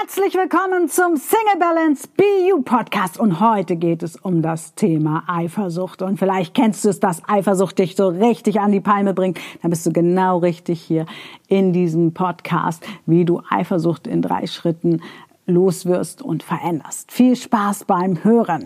Herzlich willkommen zum Single Balance Be You Podcast und heute geht es um das Thema Eifersucht und vielleicht kennst du es, dass Eifersucht dich so richtig an die Palme bringt. Dann bist du genau richtig hier in diesem Podcast, wie du Eifersucht in 3 Schritten loswirst und veränderst. Viel Spaß beim Hören!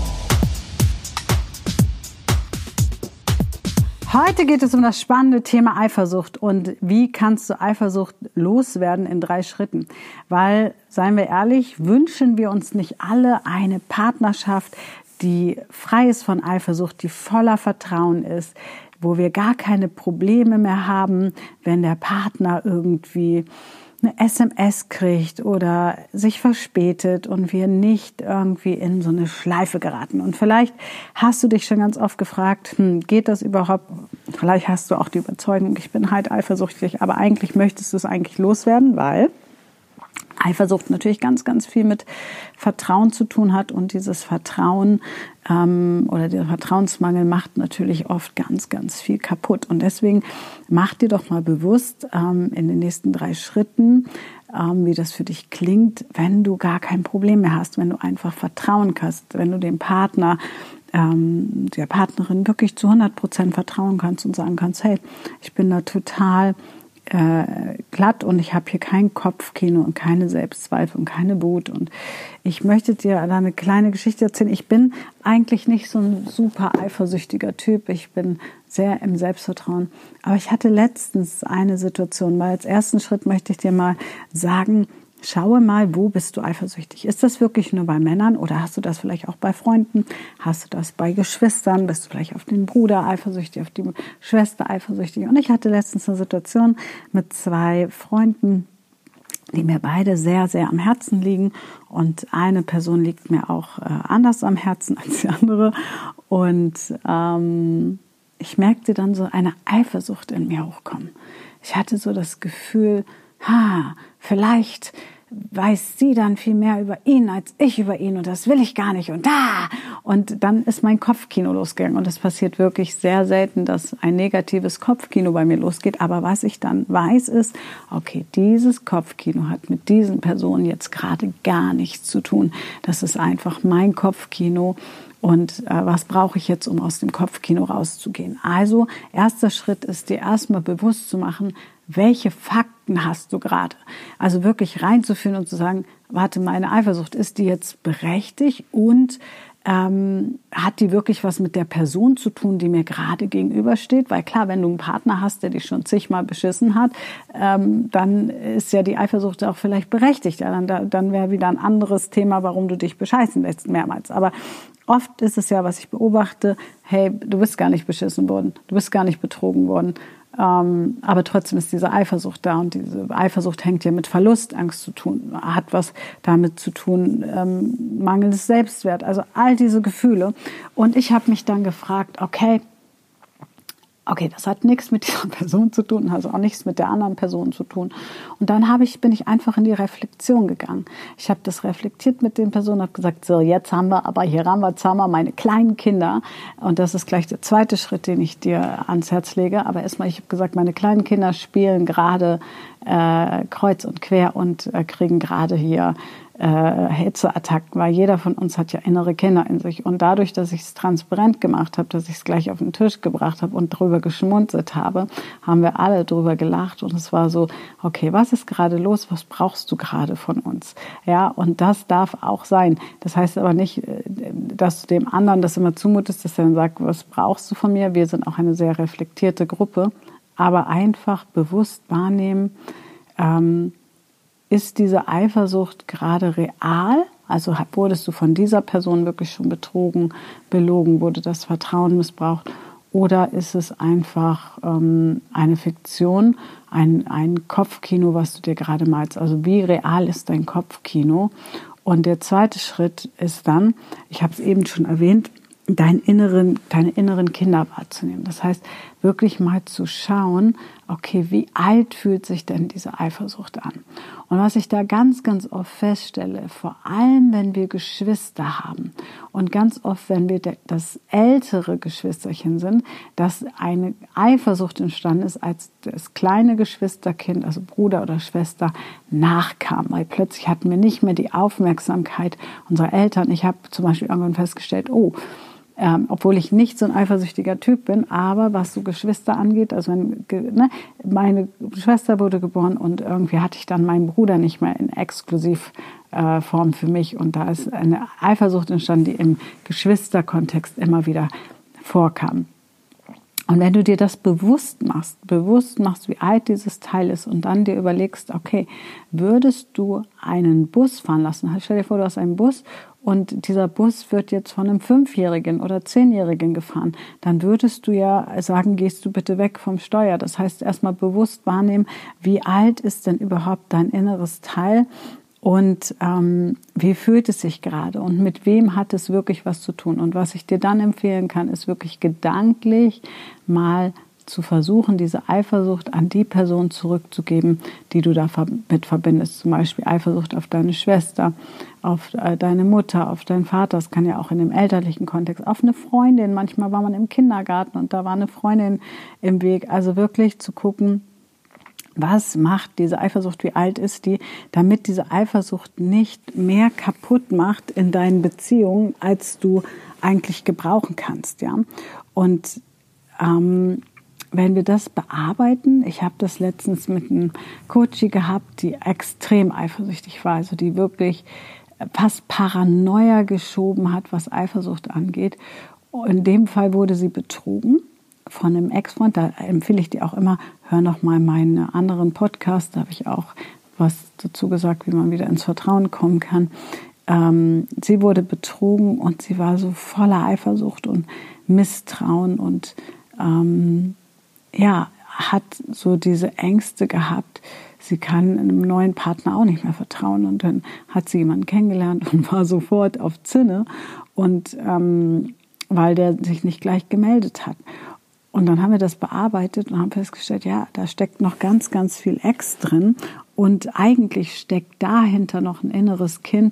Heute geht es um das spannende Thema Eifersucht und wie kannst du Eifersucht loswerden in 3 Schritten. Weil, seien wir ehrlich, wünschen wir uns nicht alle eine Partnerschaft, die frei ist von Eifersucht, die voller Vertrauen ist, wo wir gar keine Probleme mehr haben, wenn der Partner irgendwie eine SMS kriegt oder sich verspätet und wir nicht irgendwie in so eine Schleife geraten. Und vielleicht hast du dich schon ganz oft gefragt, geht das überhaupt? Vielleicht hast du auch die Überzeugung, ich bin halt eifersüchtig, aber eigentlich möchtest du es eigentlich loswerden, weil Eifersucht natürlich ganz, ganz viel mit Vertrauen zu tun hat und dieses Vertrauen oder der Vertrauensmangel macht natürlich oft ganz, ganz viel kaputt. Und deswegen mach dir doch mal bewusst in den nächsten 3 Schritten, wie das für dich klingt, wenn du gar kein Problem mehr hast, wenn du einfach Vertrauen kannst, wenn du dem Partner, der Partnerin wirklich zu 100% vertrauen kannst und sagen kannst, hey, ich bin da total glatt und ich habe hier kein Kopfkino und keine Selbstzweifel und keine Wut. Und ich möchte dir da eine kleine Geschichte erzählen. Ich bin eigentlich nicht so ein super eifersüchtiger Typ. Ich bin sehr im Selbstvertrauen. Aber ich hatte letztens eine Situation, weil als ersten Schritt möchte ich dir mal sagen, schaue mal, wo bist du eifersüchtig? Ist das wirklich nur bei Männern oder hast du das vielleicht auch bei Freunden? Hast du das bei Geschwistern? Bist du vielleicht auf den Bruder eifersüchtig, auf die Schwester eifersüchtig? Und ich hatte letztens eine Situation mit 2 Freunden, die mir beide sehr, sehr am Herzen liegen. Und eine Person liegt mir auch anders am Herzen als die andere. Und ich merkte dann so eine Eifersucht in mir hochkommen. Ich hatte so das Gefühl, vielleicht weiß sie dann viel mehr über ihn als ich über ihn und das will ich gar nicht und da. Und dann ist mein Kopfkino losgegangen und es passiert wirklich sehr selten, dass ein negatives Kopfkino bei mir losgeht. Aber was ich dann weiß ist, okay, dieses Kopfkino hat mit diesen Personen jetzt gerade gar nichts zu tun. Das ist einfach mein Kopfkino. Und was brauche ich jetzt, um aus dem Kopfkino rauszugehen? Also, erster Schritt ist dir erstmal bewusst zu machen, welche Fakten hast du gerade? Also wirklich reinzuführen und zu sagen, warte, meine Eifersucht, ist die jetzt berechtigt und hat die wirklich was mit der Person zu tun, die mir gerade gegenübersteht? Weil klar, wenn du einen Partner hast, der dich schon zigmal beschissen hat, dann ist ja die Eifersucht auch vielleicht berechtigt. Ja, dann wäre wieder ein anderes Thema, warum du dich bescheißen lässt mehrmals. Aber oft ist es ja, was ich beobachte, hey, du bist gar nicht beschissen worden, du bist gar nicht betrogen worden. Aber trotzdem ist diese Eifersucht da und diese Eifersucht hängt ja mit Verlustangst zu tun, hat was damit zu tun, mangelndes Selbstwert, also all diese Gefühle. Und ich habe mich dann gefragt, okay, das hat nichts mit dieser Person zu tun, also auch nichts mit der anderen Person zu tun. Und dann bin ich einfach in die Reflexion gegangen. Ich habe das reflektiert mit den Personen, habe gesagt, so jetzt haben wir meine kleinen Kinder. Und das ist gleich der zweite Schritt, den ich dir ans Herz lege. Aber erstmal, ich habe gesagt, meine kleinen Kinder spielen gerade kreuz und quer und kriegen gerade hier Hitzeattacken, weil jeder von uns hat ja innere Kinder in sich. Und dadurch, dass ich es transparent gemacht habe, dass ich es gleich auf den Tisch gebracht habe und drüber geschmunzelt habe, haben wir alle drüber gelacht. Und es war so, okay, was ist gerade los? Was brauchst du gerade von uns? Ja, und das darf auch sein. Das heißt aber nicht, dass du dem anderen das immer zumutest, dass er dann sagt, was brauchst du von mir? Wir sind auch eine sehr reflektierte Gruppe. Aber einfach bewusst wahrnehmen, ist diese Eifersucht gerade real? Also wurdest du von dieser Person wirklich schon betrogen, belogen, wurde das Vertrauen missbraucht? Oder ist es einfach eine Fiktion, ein Kopfkino, was du dir gerade malst? Also wie real ist dein Kopfkino? Und der zweite Schritt ist dann, ich habe es eben schon erwähnt, deine inneren Kinder wahrzunehmen. Das heißt, wirklich mal zu schauen, okay, wie alt fühlt sich denn diese Eifersucht an? Und was ich da ganz, ganz oft feststelle, vor allem wenn wir Geschwister haben und ganz oft, wenn wir das ältere Geschwisterchen sind, dass eine Eifersucht entstanden ist, als das kleine Geschwisterkind, also Bruder oder Schwester, nachkam. Weil plötzlich hatten wir nicht mehr die Aufmerksamkeit unserer Eltern. Ich habe zum Beispiel irgendwann festgestellt, obwohl ich nicht so ein eifersüchtiger Typ bin, aber was so Geschwister angeht, also meine Schwester wurde geboren und irgendwie hatte ich dann meinen Bruder nicht mehr in Exklusivform für mich und da ist eine Eifersucht entstanden, die im Geschwisterkontext immer wieder vorkam. Und wenn du dir das bewusst machst, wie alt dieses Teil ist und dann dir überlegst, okay, würdest du einen Bus fahren lassen? Stell dir vor, du hast einen Bus und dieser Bus wird jetzt von einem 5-Jährigen oder 10-Jährigen gefahren. Dann würdest du ja sagen, gehst du bitte weg vom Steuer. Das heißt, erstmal bewusst wahrnehmen, wie alt ist denn überhaupt dein inneres Teil? Und wie fühlt es sich gerade und mit wem hat es wirklich was zu tun? Und was ich dir dann empfehlen kann, ist wirklich gedanklich mal zu versuchen, diese Eifersucht an die Person zurückzugeben, die du damit verbindest. Zum Beispiel Eifersucht auf deine Schwester, auf deine Mutter, auf deinen Vater. Das kann ja auch in dem elterlichen Kontext, auf eine Freundin. Manchmal war man im Kindergarten und da war eine Freundin im Weg. Also wirklich zu gucken, was macht diese Eifersucht, wie alt ist die, damit diese Eifersucht nicht mehr kaputt macht in deinen Beziehungen, als du eigentlich gebrauchen kannst, ja. Und wenn wir das bearbeiten, ich habe das letztens mit einem Coachie gehabt, die extrem eifersüchtig war, also die wirklich fast Paranoia geschoben hat, was Eifersucht angeht. In dem Fall wurde sie betrogen von einem Ex-Freund. Da empfehle ich dir auch immer, hör noch mal meinen anderen Podcast, da habe ich auch was dazu gesagt, wie man wieder ins Vertrauen kommen kann. Sie wurde betrogen und sie war so voller Eifersucht und Misstrauen und hat so diese Ängste gehabt, sie kann einem neuen Partner auch nicht mehr vertrauen. Und dann hat sie jemanden kennengelernt und war sofort auf Zinne, und weil der sich nicht gleich gemeldet hat. Und dann haben wir das bearbeitet und haben festgestellt, ja, da steckt noch ganz, ganz viel Ex drin. Und eigentlich steckt dahinter noch ein inneres Kind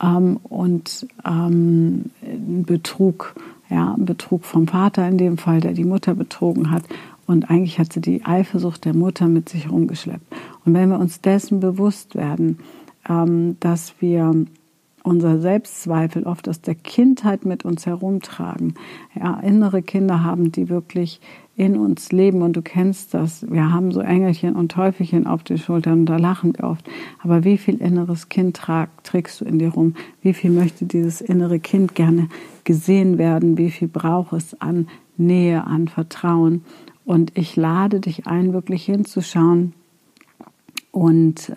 und ein Betrug. Ja, ein Betrug vom Vater in dem Fall, der die Mutter betrogen hat. Und eigentlich hat sie die Eifersucht der Mutter mit sich rumgeschleppt. Und wenn wir uns dessen bewusst werden, dass wir unser Selbstzweifel oft aus der Kindheit mit uns herumtragen, ja, innere Kinder haben, die wirklich in uns leben, und du kennst das, wir haben so Engelchen und Teufelchen auf den Schultern und da lachen wir oft, aber wie viel inneres Kind trägst du in dir rum? Wie viel möchte dieses innere Kind gerne gesehen werden? Wie viel braucht es an Nähe, an Vertrauen? Und ich lade dich ein, wirklich hinzuschauen und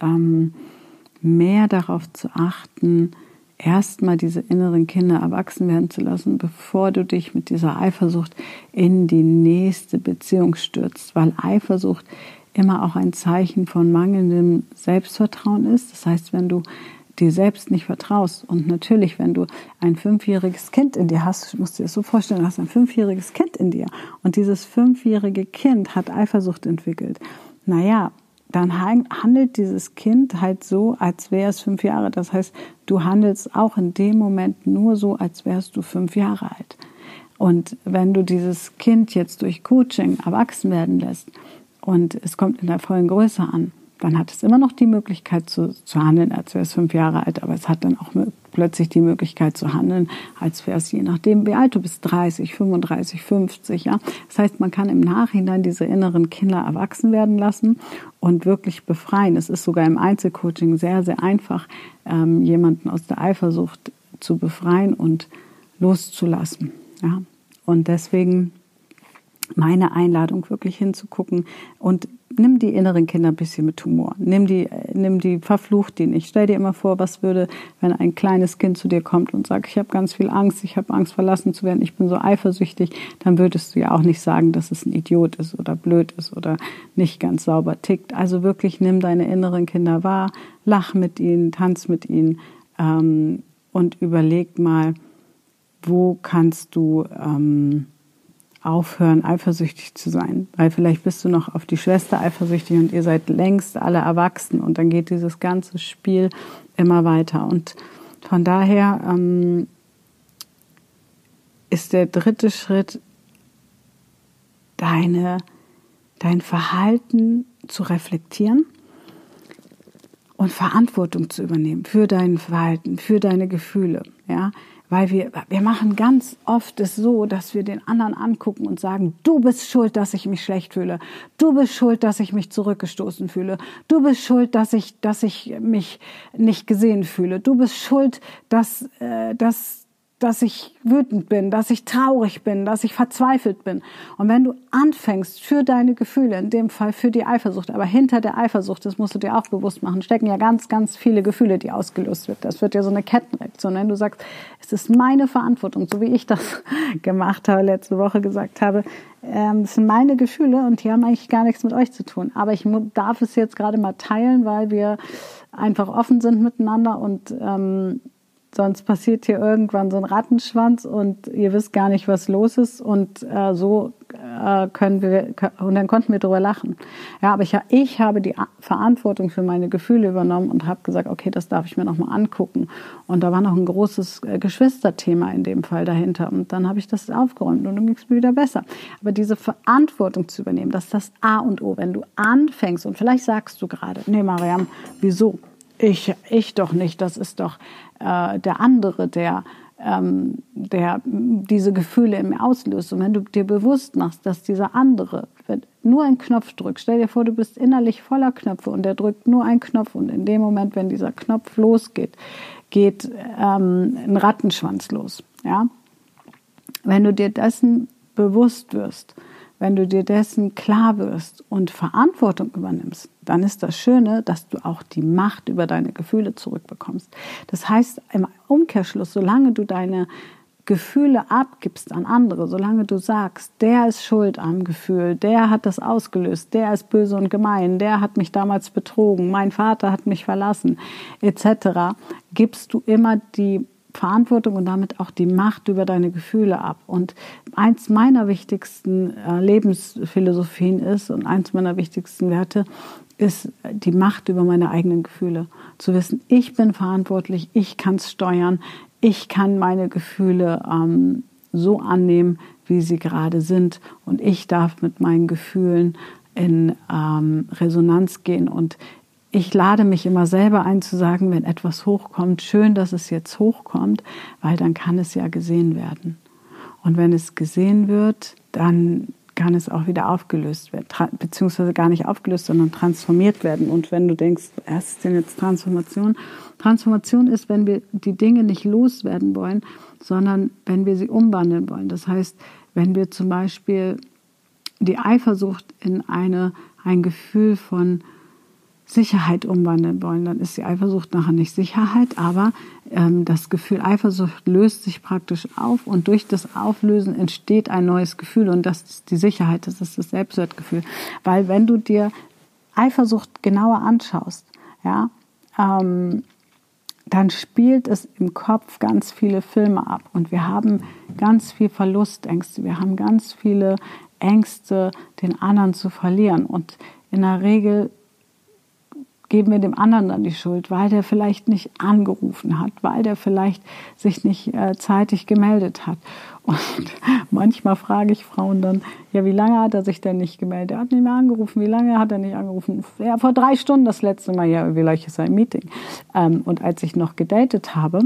mehr darauf zu achten, erstmal diese inneren Kinder erwachsen werden zu lassen, bevor du dich mit dieser Eifersucht in die nächste Beziehung stürzt, weil Eifersucht immer auch ein Zeichen von mangelndem Selbstvertrauen ist. Das heißt, wenn du dir selbst nicht vertraust, und natürlich, wenn du ein 5-jähriges Kind in dir hast, musst du dir das so vorstellen, du hast ein 5-jähriges Kind in dir und dieses 5-jährige Kind hat Eifersucht entwickelt. Naja, dann handelt dieses Kind halt so, als wäre es 5 Jahre. Das heißt, du handelst auch in dem Moment nur so, als wärst du 5 Jahre alt. Und wenn du dieses Kind jetzt durch Coaching erwachsen werden lässt und es kommt in der vollen Größe an, dann hat es immer noch die Möglichkeit zu handeln, als wäre es 5 Jahre alt, aber es hat dann auch plötzlich die Möglichkeit zu handeln, als wäre es, je nachdem, wie alt du bist, 30, 35, 50. Ja? Das heißt, man kann im Nachhinein diese inneren Kinder erwachsen werden lassen und wirklich befreien. Es ist sogar im Einzelcoaching sehr, sehr einfach, jemanden aus der Eifersucht zu befreien und loszulassen. Ja? Und deswegen meine Einladung, wirklich hinzugucken, und nimm die inneren Kinder ein bisschen mit Humor. Nimm die, verflucht die nicht. Stell dir immer vor, was würde, wenn ein kleines Kind zu dir kommt und sagt, ich habe ganz viel Angst, ich habe Angst, verlassen zu werden, ich bin so eifersüchtig, dann würdest du ja auch nicht sagen, dass es ein Idiot ist oder blöd ist oder nicht ganz sauber tickt. Also wirklich nimm deine inneren Kinder wahr, lach mit ihnen, tanz mit ihnen und überleg mal, wo kannst du aufhören, eifersüchtig zu sein. Weil vielleicht bist du noch auf die Schwester eifersüchtig und ihr seid längst alle erwachsen und dann geht dieses ganze Spiel immer weiter. Und von daher ist der dritte Schritt, dein Verhalten zu reflektieren und Verantwortung zu übernehmen für dein Verhalten, für deine Gefühle, ja, weil wir machen ganz oft es so, dass wir den anderen angucken und sagen, du bist schuld, dass ich mich schlecht fühle, du bist schuld, dass ich mich zurückgestoßen fühle, du bist schuld, dass ich mich nicht gesehen fühle, du bist schuld, dass ich wütend bin, dass ich traurig bin, dass ich verzweifelt bin. Und wenn du anfängst für deine Gefühle, in dem Fall für die Eifersucht, aber hinter der Eifersucht, das musst du dir auch bewusst machen, stecken ja ganz, ganz viele Gefühle, die ausgelöst wird. Das wird ja so eine Kettenreaktion. Wenn du sagst, es ist meine Verantwortung, so wie ich das gemacht habe, letzte Woche gesagt habe, es sind meine Gefühle und die haben eigentlich gar nichts mit euch zu tun. Aber ich darf es jetzt gerade mal teilen, weil wir einfach offen sind miteinander und sonst passiert hier irgendwann so ein Rattenschwanz und ihr wisst gar nicht, was los ist und und dann konnten wir drüber lachen. Ja, aber ich habe die Verantwortung für meine Gefühle übernommen und habe gesagt, okay, das darf ich mir nochmal angucken. Und da war noch ein großes Geschwisterthema in dem Fall dahinter und dann habe ich das aufgeräumt und dann ging es mir wieder besser. Aber diese Verantwortung zu übernehmen, das ist das A und O. Wenn du anfängst und vielleicht sagst du gerade, nee Mariam, wieso? Ich doch nicht, das ist doch der andere, der diese Gefühle in mir auslöst. Und wenn du dir bewusst machst, dass dieser andere nur einen Knopf drückt, stell dir vor, du bist innerlich voller Knöpfe und der drückt nur einen Knopf und in dem Moment, wenn dieser Knopf losgeht, geht ein Rattenschwanz los. Ja? Wenn du dir dessen bewusst wirst, wenn du dir dessen klar wirst und Verantwortung übernimmst, dann ist das Schöne, dass du auch die Macht über deine Gefühle zurückbekommst. Das heißt, im Umkehrschluss, solange du deine Gefühle abgibst an andere, solange du sagst, der ist schuld am Gefühl, der hat das ausgelöst, der ist böse und gemein, der hat mich damals betrogen, mein Vater hat mich verlassen, etc., gibst du immer die Verantwortung und damit auch die Macht über deine Gefühle ab. Und eins meiner wichtigsten Lebensphilosophien ist und eins meiner wichtigsten Werte ist die Macht über meine eigenen Gefühle. Zu wissen, ich bin verantwortlich, ich kann es steuern, ich kann meine Gefühle so annehmen, wie sie gerade sind und ich darf mit meinen Gefühlen in Resonanz gehen und ich lade mich immer selber ein zu sagen, wenn etwas hochkommt, schön, dass es jetzt hochkommt, weil dann kann es ja gesehen werden. Und wenn es gesehen wird, dann kann es auch wieder aufgelöst werden, beziehungsweise gar nicht aufgelöst, sondern transformiert werden. Und wenn du denkst, was ist denn jetzt Transformation? Transformation ist, wenn wir die Dinge nicht loswerden wollen, sondern wenn wir sie umwandeln wollen. Das heißt, wenn wir zum Beispiel die Eifersucht in ein Gefühl von Sicherheit umwandeln wollen, dann ist die Eifersucht nachher nicht Sicherheit, aber das Gefühl Eifersucht löst sich praktisch auf und durch das Auflösen entsteht ein neues Gefühl und das ist die Sicherheit, das ist das Selbstwertgefühl. Weil wenn du dir Eifersucht genauer anschaust, ja, dann spielt es im Kopf ganz viele Filme ab und wir haben ganz viel Verlustängste, wir haben ganz viele Ängste, den anderen zu verlieren und in der Regel geben wir dem anderen dann die Schuld, weil der vielleicht nicht angerufen hat, weil der vielleicht sich nicht zeitig gemeldet hat. Und manchmal frage ich Frauen dann, ja, wie lange hat er sich denn nicht gemeldet? Er hat nicht mehr angerufen. Wie lange hat er nicht angerufen? Ja, vor 3 Stunden das letzte Mal. Ja, vielleicht ist er im Meeting. Und als ich noch gedatet habe,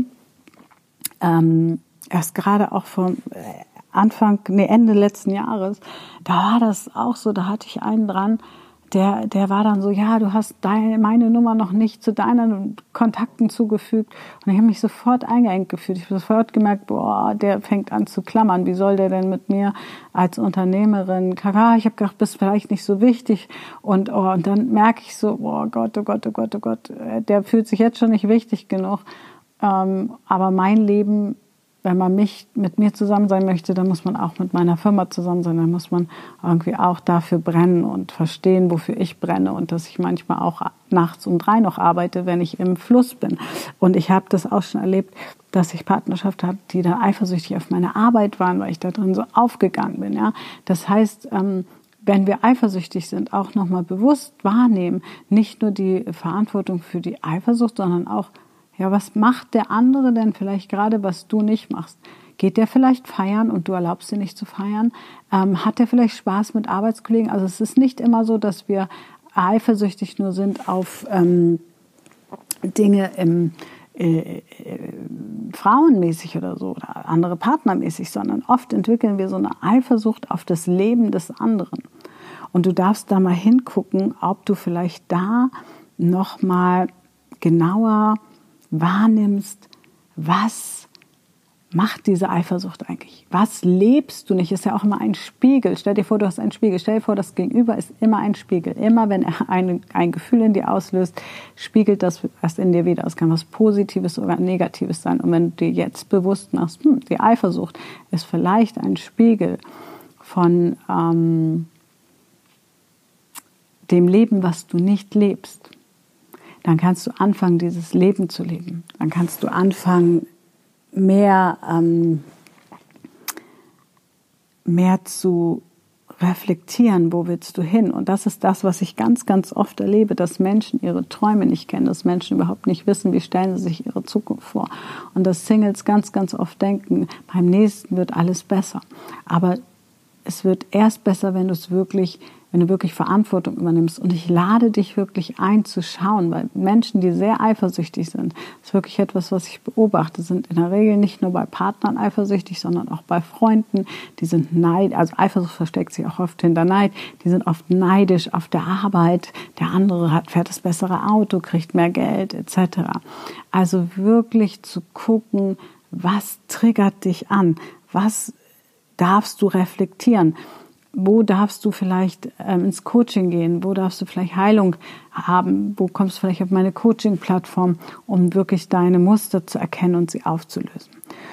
erst gerade auch vom Ende letzten Jahres, da war das auch so, da hatte ich einen dran, der war dann so, ja, du hast meine Nummer noch nicht zu deinen Kontakten zugefügt. Und ich habe mich sofort eingeengt gefühlt. Ich habe sofort gemerkt, boah, der fängt an zu klammern. Wie soll der denn mit mir als Unternehmerin? Kaka, ich habe gedacht, bist vielleicht nicht so wichtig. Und dann merke ich so, oh Gott, oh Gott, oh Gott, oh Gott, der fühlt sich jetzt schon nicht wichtig genug. Aber mein Leben wenn man mit mir zusammen sein möchte, dann muss man auch mit meiner Firma zusammen sein. Dann muss man irgendwie auch dafür brennen und verstehen, wofür ich brenne und dass ich manchmal auch nachts um 3 noch arbeite, wenn ich im Fluss bin. Und ich habe das auch schon erlebt, dass ich Partnerschaften hatte, die dann eifersüchtig auf meine Arbeit waren, weil ich da drin so aufgegangen bin. Ja? Das heißt, wenn wir eifersüchtig sind, auch nochmal bewusst wahrnehmen, nicht nur die Verantwortung für die Eifersucht, sondern auch, ja, was macht der andere denn vielleicht gerade, was du nicht machst? Geht der vielleicht feiern und du erlaubst ihn nicht zu feiern? Hat der vielleicht Spaß mit Arbeitskollegen? Also es ist nicht immer so, dass wir eifersüchtig nur sind auf Dinge frauenmäßig oder so oder andere partnermäßig, sondern oft entwickeln wir so eine Eifersucht auf das Leben des anderen. Und du darfst da mal hingucken, ob du vielleicht da noch mal genauer wahrnimmst, was macht diese Eifersucht eigentlich? Was lebst du nicht? Ist ja auch immer ein Spiegel. Stell dir vor, du hast einen Spiegel. Stell dir vor, das Gegenüber ist immer ein Spiegel. Immer wenn er ein Gefühl in dir auslöst, spiegelt das was in dir wieder. Es kann was Positives oder Negatives sein. Und wenn du dir jetzt bewusst machst, die Eifersucht ist vielleicht ein Spiegel von dem Leben, was du nicht lebst, dann kannst du anfangen, dieses Leben zu leben. Dann kannst du anfangen, mehr zu reflektieren, wo willst du hin? Und das ist das, was ich ganz, ganz oft erlebe, dass Menschen ihre Träume nicht kennen, dass Menschen überhaupt nicht wissen, wie stellen sie sich ihre Zukunft vor. Und dass Singles ganz, ganz oft denken, beim nächsten wird alles besser. Aber es wird erst besser, wenn du wirklich Verantwortung übernimmst. Und ich lade dich wirklich ein zu schauen, weil Menschen, die sehr eifersüchtig sind, das ist wirklich etwas, was ich beobachte, sind in der Regel nicht nur bei Partnern eifersüchtig, sondern auch bei Freunden. Die sind neidisch, also Eifersucht versteckt sich auch oft hinter Neid. Die sind oft neidisch auf der Arbeit. Der andere fährt das bessere Auto, kriegt mehr Geld etc. Also wirklich zu gucken, was triggert dich an? Was darfst du reflektieren? Wo darfst du vielleicht ins Coaching gehen? Wo darfst du vielleicht Heilung haben? Wo kommst du vielleicht auf meine Coaching-Plattform, um wirklich deine Muster zu erkennen und sie aufzulösen?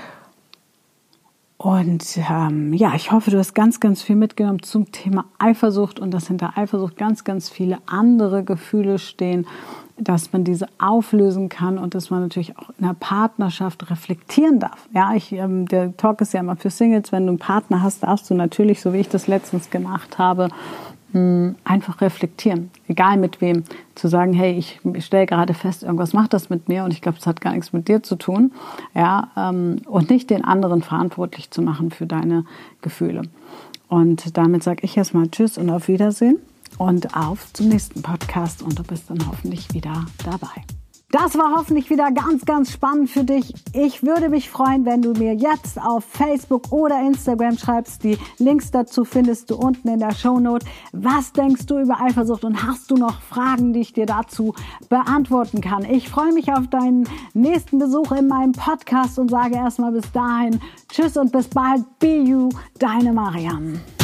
Und ich hoffe, du hast ganz, ganz viel mitgenommen zum Thema Eifersucht und dass hinter Eifersucht ganz, ganz viele andere Gefühle stehen, dass man diese auflösen kann und dass man natürlich auch in der Partnerschaft reflektieren darf. Ja, der Talk ist ja immer für Singles. Wenn du einen Partner hast, darfst du natürlich, so wie ich das letztens gemacht habe, einfach reflektieren. Egal mit wem. Zu sagen, hey, ich stelle gerade fest, irgendwas macht das mit mir und ich glaube, es hat gar nichts mit dir zu tun. Ja, und nicht den anderen verantwortlich zu machen für deine Gefühle. Und damit sage ich erstmal Tschüss und auf Wiedersehen. Und auf zum nächsten Podcast und du bist dann hoffentlich wieder dabei. Das war hoffentlich wieder ganz, ganz spannend für dich. Ich würde mich freuen, wenn du mir jetzt auf Facebook oder Instagram schreibst. Die Links dazu findest du unten in der Shownote. Was denkst du über Eifersucht und hast du noch Fragen, die ich dir dazu beantworten kann? Ich freue mich auf deinen nächsten Besuch in meinem Podcast und sage erstmal bis dahin Tschüss und bis bald. Be you, deine Mariam.